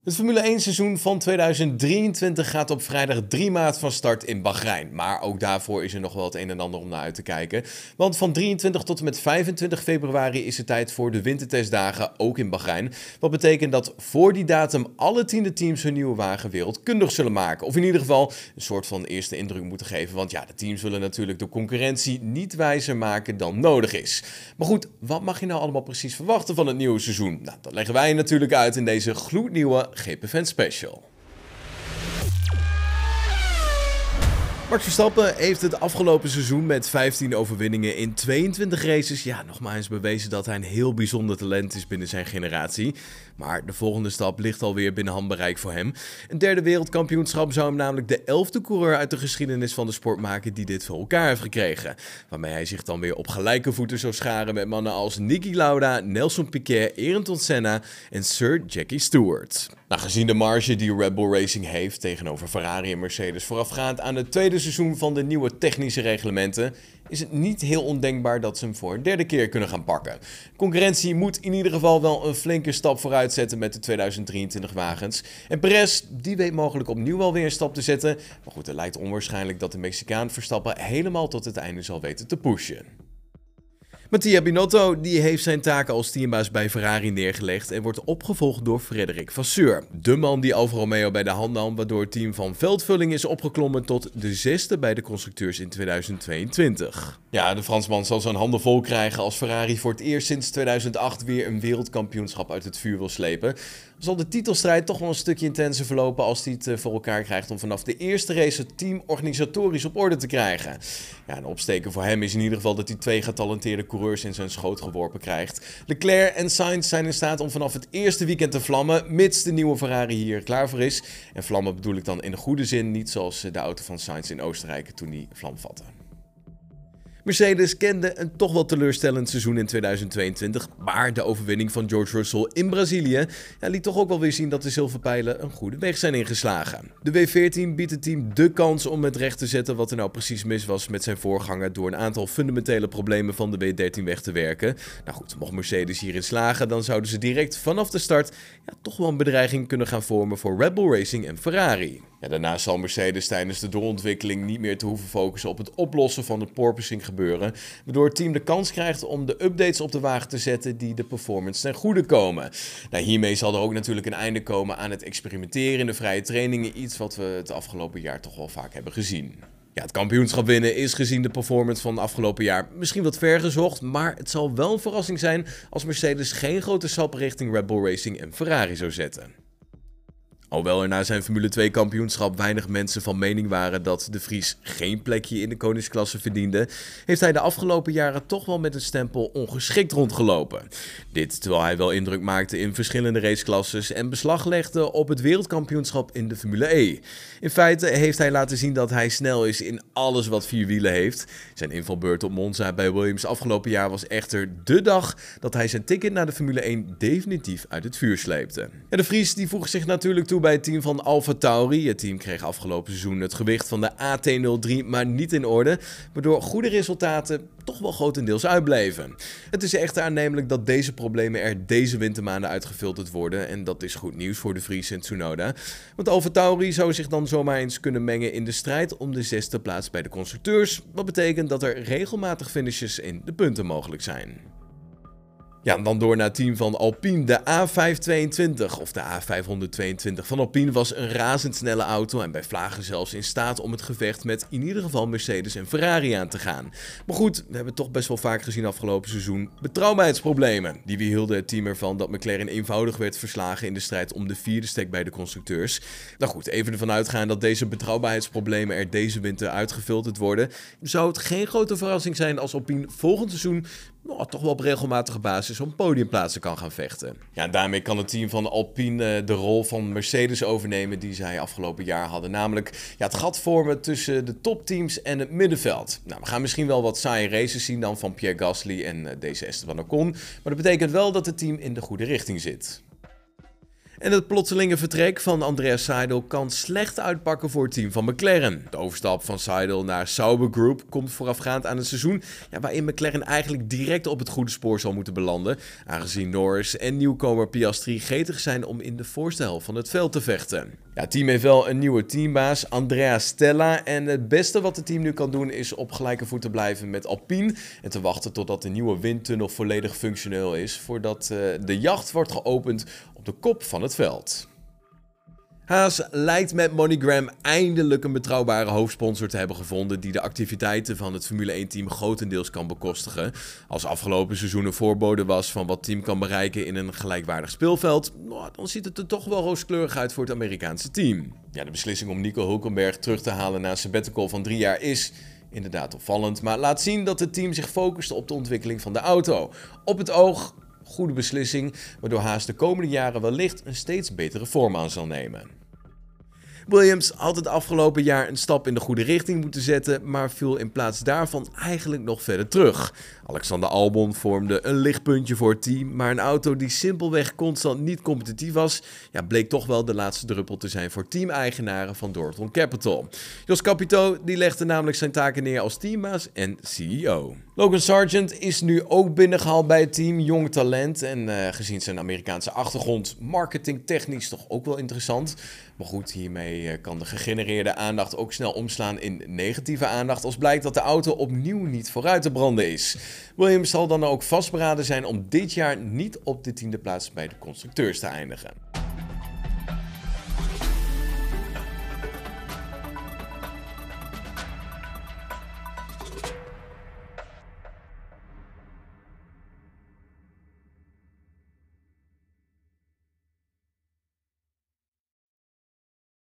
Het Formule 1 seizoen van 2023 gaat op vrijdag 3 maart van start in Bahrein. Maar ook daarvoor is er nog wel het een en ander om naar uit te kijken. Want van 23 tot en met 25 februari is het tijd voor de wintertestdagen, ook in Bahrein. Wat betekent dat voor die datum alle 10 teams hun nieuwe wagen wereldkundig zullen maken. Of in ieder geval een soort van eerste indruk moeten geven. Want ja, de teams willen natuurlijk de concurrentie niet wijzer maken dan nodig is. Maar goed, wat mag je nou allemaal precies verwachten van het nieuwe seizoen? Nou, dat leggen wij natuurlijk uit in deze gloednieuwe GPFan Special. Max Verstappen heeft het afgelopen seizoen met 15 overwinningen in 22 races nogmaals bewezen dat hij een heel bijzonder talent is binnen zijn generatie. Maar de volgende stap ligt alweer binnen handbereik voor hem. Een derde wereldkampioenschap zou hem namelijk de 11e coureur uit de geschiedenis van de sport maken die dit voor elkaar heeft gekregen. Waarmee hij zich dan weer op gelijke voeten zou scharen met mannen als Niki Lauda, Nelson Piquet, Ayrton Senna en Sir Jackie Stewart. Nou, gezien de marge die Red Bull Racing heeft tegenover Ferrari en Mercedes voorafgaand aan het tweede seizoen van de nieuwe technische reglementen, is het niet heel ondenkbaar dat ze hem voor een derde keer kunnen gaan pakken. Concurrentie moet in ieder geval wel een flinke stap vooruit zetten met de 2023 wagens. En Perez, die weet mogelijk opnieuw wel weer een stap te zetten. Maar goed, het lijkt onwaarschijnlijk dat de Mexicaan Verstappen helemaal tot het einde zal weten te pushen. Mattia Binotto die heeft zijn taken als teambaas bij Ferrari neergelegd en wordt opgevolgd door Frédéric Vasseur. De man die Alfa Romeo bij de hand nam, waardoor het team van veldvulling is opgeklommen tot de 6e bij de constructeurs in 2022. Ja, de Fransman zal zijn handen vol krijgen als Ferrari voor het eerst sinds 2008 weer een wereldkampioenschap uit het vuur wil slepen. Zal de titelstrijd toch wel een stukje intenser verlopen als hij het voor elkaar krijgt om vanaf de eerste race het team organisatorisch op orde te krijgen. Ja, een opsteken voor hem is in ieder geval dat hij 2 getalenteerde coureurs in zijn schoot geworpen krijgt. Leclerc en Sainz zijn in staat om vanaf het eerste weekend te vlammen, mits de nieuwe Ferrari hier klaar voor is. En vlammen bedoel ik dan in de goede zin, niet zoals de auto van Sainz in Oostenrijk toen die vlam vatte. Mercedes kende een toch wel teleurstellend seizoen in 2022, maar de overwinning van George Russell in Brazilië liet toch ook wel weer zien dat de zilverpijlen een goede weg zijn ingeslagen. De W14 biedt het team de kans om het recht te zetten wat er nou precies mis was met zijn voorganger door een aantal fundamentele problemen van de W13 weg te werken. Nou goed, mocht Mercedes hierin slagen, dan zouden ze direct vanaf de start toch wel een bedreiging kunnen gaan vormen voor Red Bull Racing en Ferrari. Ja, daarnaast zal Mercedes tijdens de doorontwikkeling niet meer te hoeven focussen op het oplossen van het porpoising gebeuren, waardoor het team de kans krijgt om de updates op de wagen te zetten die de performance ten goede komen. Nou, hiermee zal er ook natuurlijk een einde komen aan het experimenteren in de vrije trainingen, iets wat we het afgelopen jaar toch wel vaak hebben gezien. Ja, het kampioenschap winnen is gezien de performance van het afgelopen jaar misschien wat ver gezocht, maar het zal wel een verrassing zijn als Mercedes geen grote stap richting Red Bull Racing en Ferrari zou zetten. Alhoewel er na zijn Formule 2 kampioenschap weinig mensen van mening waren dat de Vries geen plekje in de koningsklasse verdiende, heeft hij de afgelopen jaren toch wel met een stempel ongeschikt rondgelopen. Dit terwijl hij wel indruk maakte in verschillende raceklasses en beslag legde op het wereldkampioenschap in de Formule E. In feite heeft hij laten zien dat hij snel is in alles wat 4 wielen heeft. Zijn invalbeurt op Monza bij Williams afgelopen jaar was echter de dag dat hij zijn ticket naar de Formule 1 definitief uit het vuur sleepte. Ja, de Vries die voegt zich natuurlijk toe bij het team van AlphaTauri. Het team kreeg afgelopen seizoen het gewicht van de AT03 maar niet in orde, waardoor goede resultaten toch wel grotendeels uitbleven. Het is echter aannemelijk dat deze problemen er deze wintermaanden uitgefilterd worden en dat is goed nieuws voor de Vries en Tsunoda. Want AlphaTauri zou zich dan zomaar eens kunnen mengen in de strijd om de 6e plaats bij de constructeurs, wat betekent dat er regelmatig finishes in de punten mogelijk zijn. Ja, dan door naar het team van Alpine. De A522 of de A522 van Alpine was een razendsnelle auto en bij vlagen zelfs in staat om het gevecht met in ieder geval Mercedes en Ferrari aan te gaan. Maar goed, we hebben toch best wel vaak gezien afgelopen seizoen betrouwbaarheidsproblemen. Die weerhielden het team ervan dat McLaren eenvoudig werd verslagen in de strijd om de 4e stek bij de constructeurs. Nou goed, even ervan uitgaan dat deze betrouwbaarheidsproblemen er deze winter uitgefilterd worden, zou het geen grote verrassing zijn als Alpine volgend seizoen toch wel op regelmatige basis om podiumplaatsen kan gaan vechten. Ja, en daarmee kan het team van Alpine de rol van Mercedes overnemen die zij afgelopen jaar hadden. Namelijk het gat vormen tussen de topteams en het middenveld. Nou, we gaan misschien wel wat saaie races zien dan van Pierre Gasly en deze Esteban Ocon. Maar dat betekent wel dat het team in de goede richting zit. En het plotselinge vertrek van Andreas Seidl kan slecht uitpakken voor het team van McLaren. De overstap van Seidl naar Sauber Group komt voorafgaand aan een seizoen waarin McLaren eigenlijk direct op het goede spoor zal moeten belanden, aangezien Norris en nieuwkomer Piastri gretig zijn om in de voorste helft van het veld te vechten. Ja, het team heeft wel een nieuwe teambaas, Andrea Stella, en het beste wat het team nu kan doen is op gelijke voet te blijven met Alpine en te wachten totdat de nieuwe windtunnel volledig functioneel is, voordat de jacht wordt geopend op de kop van het veld. Haas lijkt met MoneyGram eindelijk een betrouwbare hoofdsponsor te hebben gevonden die de activiteiten van het Formule 1-team grotendeels kan bekostigen. Als afgelopen seizoen een voorbode was van wat het team kan bereiken in een gelijkwaardig speelveld, dan ziet het er toch wel rooskleurig uit voor het Amerikaanse team. Ja, de beslissing om Nico Hülkenberg terug te halen na een sabbatical van 3 jaar is inderdaad opvallend, maar laat zien dat het team zich focust op de ontwikkeling van de auto. Op het oog, goede beslissing, waardoor Haas de komende jaren wellicht een steeds betere vorm aan zal nemen. Williams had het afgelopen jaar een stap in de goede richting moeten zetten, maar viel in plaats daarvan eigenlijk nog verder terug. Alexander Albon vormde een lichtpuntje voor het team, maar een auto die simpelweg constant niet competitief was, bleek toch wel de laatste druppel te zijn voor teameigenaren van Dortmund Capital. Jos Capito die legde namelijk zijn taken neer als teambaas en CEO. Logan Sargent is nu ook binnengehaald bij het team, jong talent en gezien zijn Amerikaanse achtergrond marketingtechnisch toch ook wel interessant. Maar goed, hiermee kan de gegenereerde aandacht ook snel omslaan in negatieve aandacht als blijkt dat de auto opnieuw niet vooruit te branden is. Williams zal dan ook vastberaden zijn om dit jaar niet op de 10e plaats bij de constructeurs te eindigen.